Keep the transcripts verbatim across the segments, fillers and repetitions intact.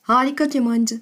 Harika kemancı.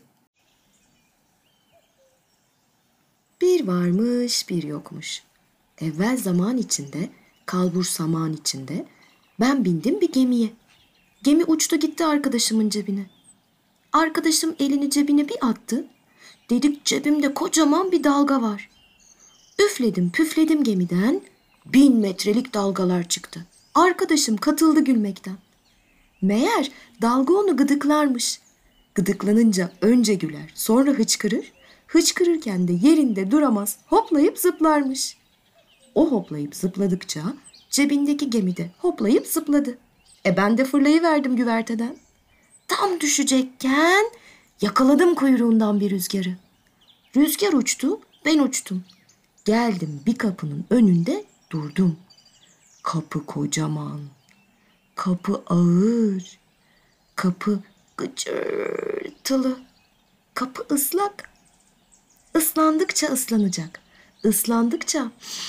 Bir varmış, bir yokmuş. Evvel zaman içinde, kalbur saman içinde, ben bindim bir gemiye. Gemi uçtu gitti arkadaşımın cebine. Arkadaşım elini cebine bir attı. Dedik cebimde kocaman bir dalga var. Üfledim püfledim gemiden, bin metrelik dalgalar çıktı. Arkadaşım katıldı gülmekten. Meğer dalga onu gıdıklarmış. Gıdıklanınca önce güler, sonra hıçkırır. Hıçkırırken de yerinde duramaz, hoplayıp zıplarmış. O hoplayıp zıpladıkça cebindeki gemide hoplayıp zıpladı. E ben de fırlayıverdim güverteden. Tam düşecekken yakaladım kuyruğundan bir rüzgarı. Rüzgar uçtu, ben uçtum. Geldim bir kapının önünde durdum. Kapı kocaman, kapı ağır, kapı gıcırtılı, kapı ıslak. Islandıkça ıslanacak, ıslandıkça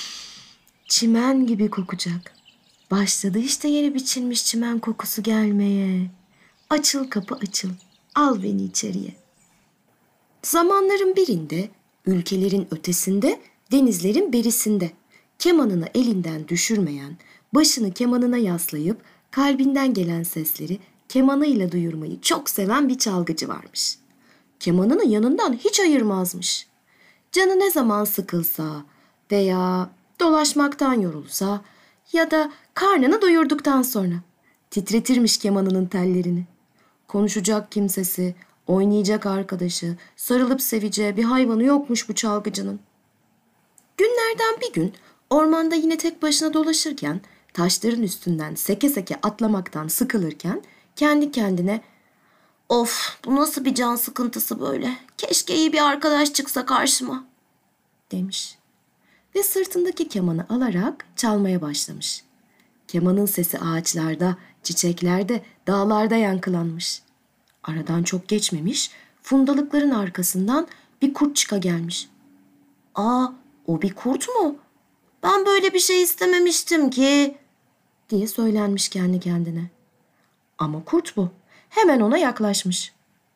çimen gibi kokacak. Başladı işte yeni biçilmiş çimen kokusu gelmeye. Açıl kapı açıl, al beni içeriye. Zamanların birinde, ülkelerin ötesinde, denizlerin berisinde, kemanını elinden düşürmeyen, başını kemanına yaslayıp kalbinden gelen sesleri kemanıyla duyurmayı çok seven bir çalgıcı varmış. Kemanını yanından hiç ayırmazmış. Canı ne zaman sıkılsa veya dolaşmaktan yorulsa ya da karnını doyurduktan sonra titretirmiş kemanının tellerini. Konuşacak kimsesi, oynayacak arkadaşı, sarılıp seveceği bir hayvanı yokmuş bu çalgıcının. Günlerden bir gün ormanda yine tek başına dolaşırken, taşların üstünden seke seke atlamaktan sıkılırken kendi kendine "Of, bu nasıl bir can sıkıntısı böyle? Keşke iyi bir arkadaş çıksa karşıma," demiş. Ve sırtındaki kemanı alarak çalmaya başlamış. Kemanın sesi ağaçlarda, çiçeklerde, dağlarda yankılanmış. Aradan çok geçmemiş, fundalıkların arkasından bir kurt çıka gelmiş. "Aa, o bir kurt mu? Ben böyle bir şey istememiştim ki," diye söylenmiş kendi kendine. Ama kurt bu. Hemen ona yaklaşmış.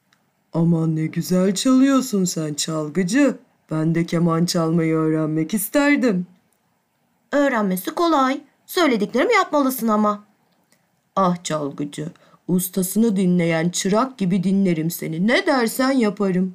"Aman ne güzel çalıyorsun sen çalgıcı. Ben de keman çalmayı öğrenmek isterdim." "Öğrenmesi kolay. Söylediklerimi yapmalısın ama." "Ah çalgıcı, ustasını dinleyen çırak gibi dinlerim seni. Ne dersen yaparım."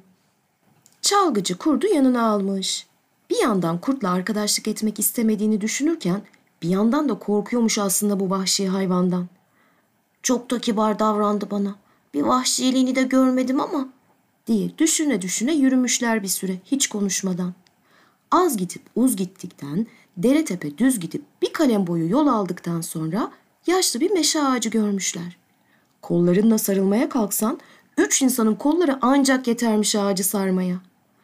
Çalgıcı kurdu yanına almış. Bir yandan kurtla arkadaşlık etmek istemediğini düşünürken bir yandan da korkuyormuş aslında bu vahşi hayvandan. "Çok da kibar davrandı bana. Bir vahşiliğini de görmedim ama," diye düşüne düşüne yürümüşler bir süre hiç konuşmadan. Az gidip uz gittikten, dere tepe düz gidip bir kalem boyu yol aldıktan sonra yaşlı bir meşe ağacı görmüşler. Kollarınla sarılmaya kalksan üç insanın kolları ancak yetermiş ağacı sarmaya.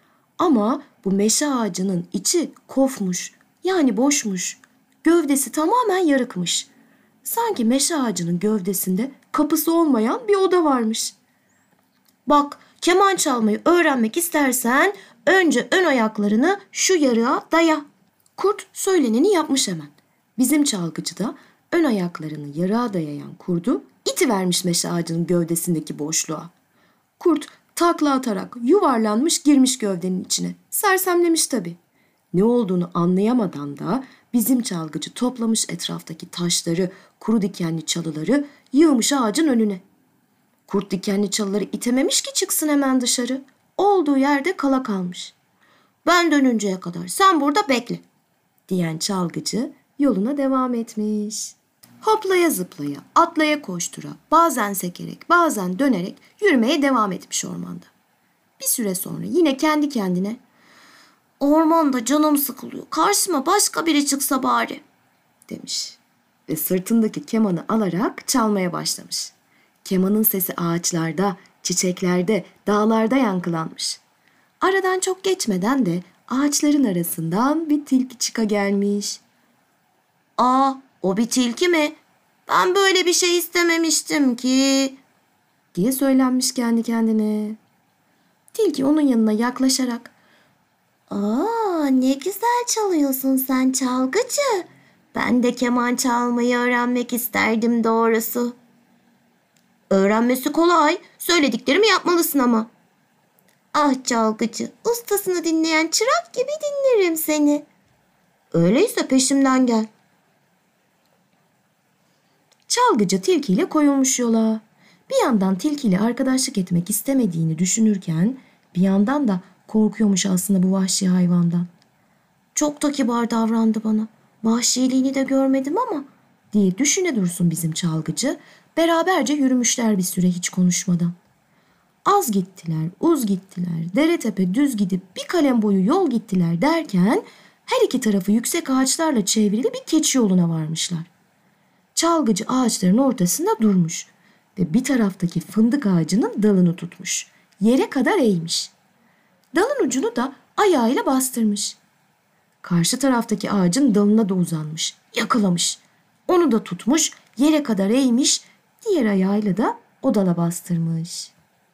Ama bu meşe ağacının içi kofmuş, yani boşmuş. Gövdesi tamamen yarıkmış. Sanki meşe ağacının gövdesinde kapısı olmayan bir oda varmış. "Bak, keman çalmayı öğrenmek istersen önce ön ayaklarını şu yarığa daya." Kurt söyleneni yapmış hemen. Bizim çalgıcı da ön ayaklarını yarığa dayayan kurdu itivermiş meşe ağacının gövdesindeki boşluğa. Kurt takla atarak yuvarlanmış girmiş gövdenin içine. Sersemlemiş tabii. Ne olduğunu anlayamadan da bizim çalgıcı toplamış etraftaki taşları, kuru dikenli çalıları yığmış ağacın önüne. Kurt dikenli çalıları itememiş ki çıksın hemen dışarı. Olduğu yerde kala kalmış. "Ben dönünceye kadar sen burada bekle," diyen çalgıcı yoluna devam etmiş. Hoplaya zıplaya, atlaya koştura, bazen sekerek, bazen dönerek yürümeye devam etmiş ormanda. Bir süre sonra yine kendi kendine "Ormanda canım sıkılıyor, karşıma başka biri çıksa bari," demiş. Ve sırtındaki kemanı alarak çalmaya başlamış. Kemanın sesi ağaçlarda, çiçeklerde, dağlarda yankılanmış. Aradan çok geçmeden de ağaçların arasından bir tilki çıka gelmiş. "Aa, o bir tilki mi? Ben böyle bir şey istememiştim ki," diye söylenmiş kendi kendine. Tilki onun yanına yaklaşarak "Aa, ne güzel çalıyorsun sen çalgıcı. Ben de keman çalmayı öğrenmek isterdim doğrusu," Öğrenmesi kolay. Söylediklerimi yapmalısın ama. Ah çalgıcı, ustasını dinleyen çırak gibi dinlerim seni. Öyleyse peşimden gel. Çalgıcı tilkiyle koyulmuş yola. Bir yandan tilkiyle arkadaşlık etmek istemediğini düşünürken bir yandan da korkuyormuş aslında bu vahşi hayvandan. Çok da kibar davrandı bana. Vahşiliğini de görmedim ama diye düşüne dursun bizim çalgıcı. Beraberce yürümüşler bir süre hiç konuşmadan. Az gittiler, uz gittiler, dere tepe düz gidip bir kalem boyu yol gittiler derken her iki tarafı yüksek ağaçlarla çevrili bir keçi yoluna varmışlar. Çalgıcı ağaçların ortasında durmuş ve bir taraftaki fındık ağacının dalını tutmuş. Yere kadar eğmiş. Dalın ucunu da ayağıyla bastırmış. Karşı taraftaki ağacın dalına da uzanmış, yakalamış. Onu da tutmuş, yere kadar eğmiş, diğer ayağıyla da o dala bastırmış.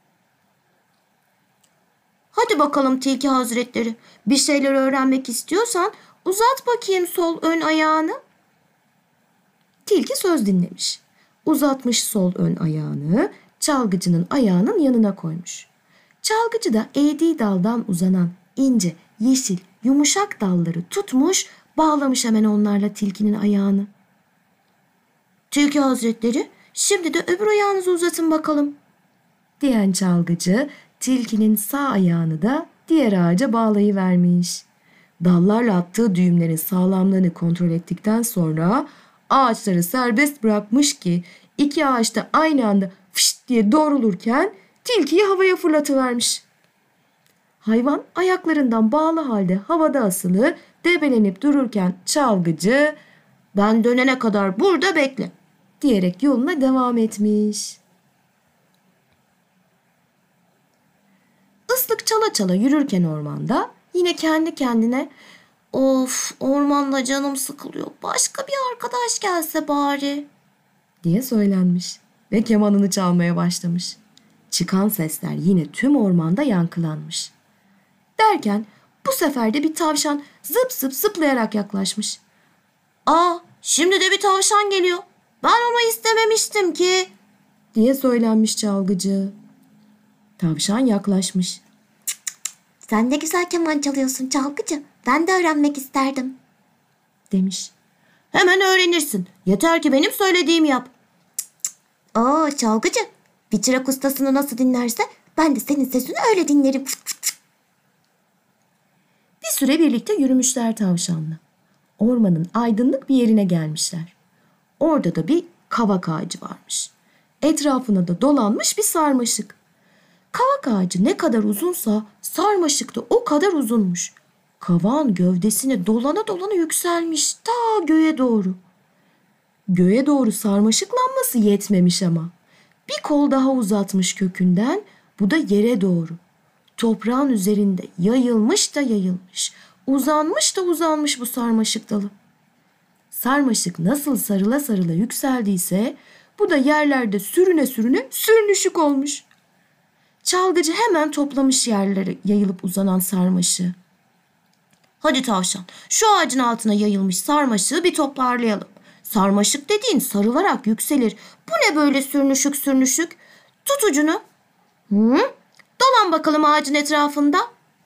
Hadi bakalım Tilki Hazretleri, bir şeyler öğrenmek istiyorsan uzat bakayım sol ön ayağını. Tilki söz dinlemiş. Uzatmış sol ön ayağını, çalgıcının ayağının yanına koymuş. Çalgıcı da eğdiği daldan uzanan ince, yeşil, yumuşak dalları tutmuş, bağlamış hemen onlarla tilkinin ayağını. Tilki Hazretleri, şimdi de öbür ayağınızı uzatın bakalım, diyen çalgıcı tilkinin sağ ayağını da diğer ağaca bağlayıvermiş. Dallarla attığı düğümlerin sağlamlığını kontrol ettikten sonra ağaçları serbest bırakmış ki iki ağaçta aynı anda fışt diye doğrulurken tilkiyi havaya fırlatıvermiş. Hayvan ayaklarından bağlı halde havada asılı debelenip dururken çalgıcı "Ben dönene kadar burada bekle" diyerek yoluna devam etmiş. Islık çala çala yürürken ormanda yine kendi kendine "Of, ormanda canım sıkılıyor. Başka bir arkadaş gelse bari" diye söylenmiş ve kemanını çalmaya başlamış. Çıkan sesler yine tüm ormanda yankılanmış. Derken bu sefer de bir tavşan zıp zıp zıplayarak yaklaşmış. "Aa, şimdi de bir tavşan geliyor. Ben onu istememiştim ki" diye söylenmiş çalgıcı. Tavşan yaklaşmış. "Cık cık, sen ne güzel keman çalıyorsun çalgıcı. Ben de öğrenmek isterdim" demiş. "Hemen öğrenirsin. Yeter ki benim söylediğimi yap." Cık cık. "Aa çalgıcı, bir çırak ustasını nasıl dinlerse ben de senin sesini öyle dinlerim." Cık cık cık. Bir süre birlikte yürümüşler tavşanla. Ormanın aydınlık bir yerine gelmişler. Orada da bir kavak ağacı varmış. Etrafına da dolanmış bir sarmaşık. Kavak ağacı ne kadar uzunsa sarmaşık da o kadar uzunmuş. Kavağın gövdesine dolana dolana yükselmiş ta göğe doğru. Göğe doğru sarmaşıklanması yetmemiş ama. Bir kol daha uzatmış kökünden, bu da yere doğru. Toprağın üzerinde yayılmış da yayılmış, uzanmış da uzanmış bu sarmaşık dalı. Sarmaşık nasıl sarıla sarıla yükseldiyse bu da yerlerde sürüne sürüne sürünüşük olmuş. Çalgıcı hemen toplamış yerlere yayılıp uzanan sarmaşığı. "Hadi tavşan, şu ağacın altına yayılmış sarmaşığı bir toparlayalım. Sarmaşık dediğin sarılarak yükselir. Bu ne böyle sürünüşük sürünüşük? Tut ucunu. Hı? Dolan bakalım ağacın etrafında."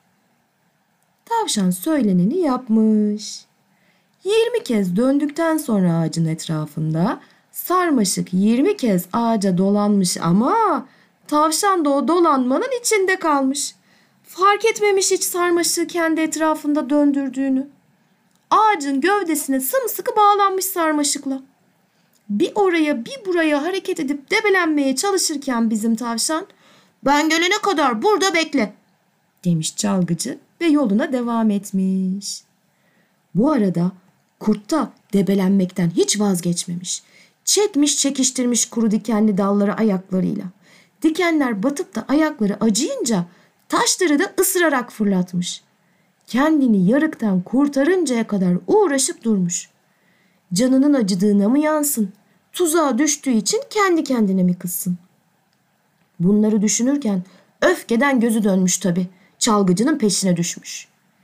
Tavşan söyleneni yapmış. Yirmi kez döndükten sonra ağacın etrafında sarmaşık yirmi kez ağaca dolanmış ama tavşan da o dolanmanın içinde kalmış. Fark etmemiş hiç sarmaşığı kendi etrafında döndürdüğünü. Ağacın gövdesine sımsıkı bağlanmış sarmaşıkla. Bir oraya bir buraya hareket edip debelenmeye çalışırken bizim tavşan "Ben gelene kadar burada bekle" demiş çalgıcı ve yoluna devam etmiş. Bu arada kurt da debelenmekten hiç vazgeçmemiş. Çekmiş çekiştirmiş kuru dikenli dalları ayaklarıyla. Dikenler batıp da ayakları acıyınca taşları da ısırarak fırlatmış. Kendini yarıktan kurtarıncaya kadar uğraşıp durmuş. Canının acıdığına mı yansın? Tuzağa düştüğü için kendi kendine mi kızsın? Bunları düşünürken öfkeden gözü dönmüş tabii. Çalgıcının peşine düşmüş.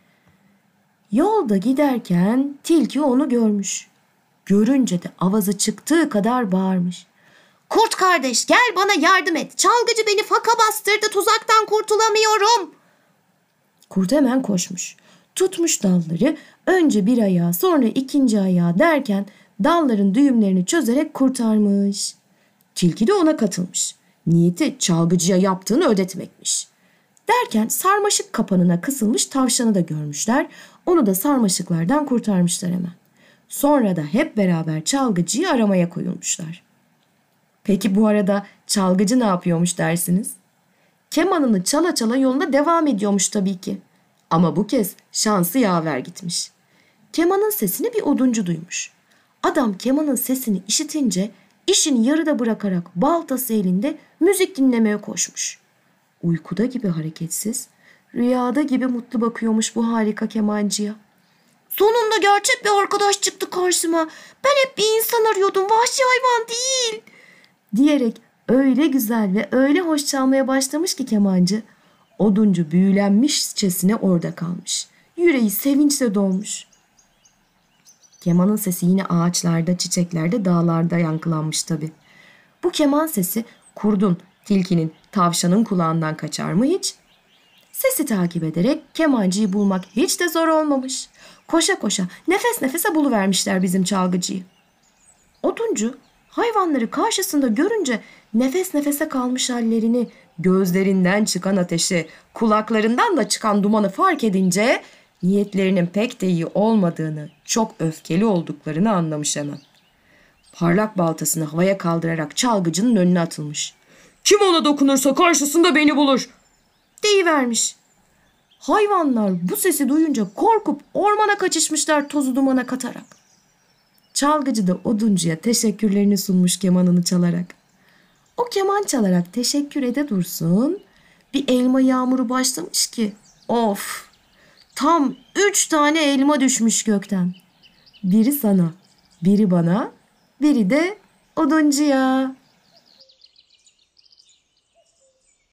Yolda giderken tilki onu görmüş. Görünce de avazı çıktığı kadar bağırmış. Kurt kardeş gel bana yardım et. Çalgıcı beni faka bastırdı, tuzaktan kurtulamıyorum. Kurt hemen koşmuş. Tutmuş dalları, önce bir ayağı sonra ikinci ayağı derken dalların düğümlerini çözerek kurtarmış. Tilki de ona katılmış. Niyeti çalgıcıya yaptığını ödetmekmiş. Derken sarmaşık kapanına kısılmış tavşanı da görmüşler. Onu da sarmaşıklardan kurtarmışlar hemen. Sonra da hep beraber çalgıcıyı aramaya koyulmuşlar. Peki bu arada çalgıcı ne yapıyormuş dersiniz? Kemanını çala çala yoluna devam ediyormuş tabii ki. Ama bu kez şansı yaver gitmiş. Kemanın sesini bir oduncu duymuş. Adam kemanın sesini işitince işini yarıda bırakarak baltası elinde müzik dinlemeye koşmuş. Uykuda gibi hareketsiz, rüyada gibi mutlu bakıyormuş bu harika kemancıya. Sonunda gerçek bir arkadaş çıktı karşıma. Ben hep bir insan arıyordum, vahşi hayvan değil. Diyerek öyle güzel ve öyle hoş çalmaya başlamış ki kemancı, oduncu büyülenmişçesine orada kalmış. Yüreği sevinçle dolmuş. Kemanın sesi yine ağaçlarda, çiçeklerde, dağlarda yankılanmış tabii. Bu keman sesi kurdun, tilkinin, tavşanın kulağından kaçar mı hiç? Sesi takip ederek kemancıyı bulmak hiç de zor olmamış. Koşa koşa, nefes nefese buluvermişler bizim çalgıcıyı. Oduncu hayvanları karşısında görünce nefes nefese kalmış hallerini, gözlerinden çıkan ateşi, kulaklarından da çıkan dumanı fark edince niyetlerinin pek de iyi olmadığını, çok öfkeli olduklarını anlamış hemen. Parlak baltasını havaya kaldırarak çalgıcının önüne atılmış. "Kim ona dokunursa karşısında beni bulur," deyivermiş. Hayvanlar bu sesi duyunca korkup ormana kaçışmışlar tozu dumana katarak. Çalgıcı da oduncuya teşekkürlerini sunmuş kemanını çalarak. O keman çalarak teşekkür ede dursun, bir elma yağmuru başlamış ki of, tam üç tane elma düşmüş gökten. Biri sana, biri bana, biri de oduncuya.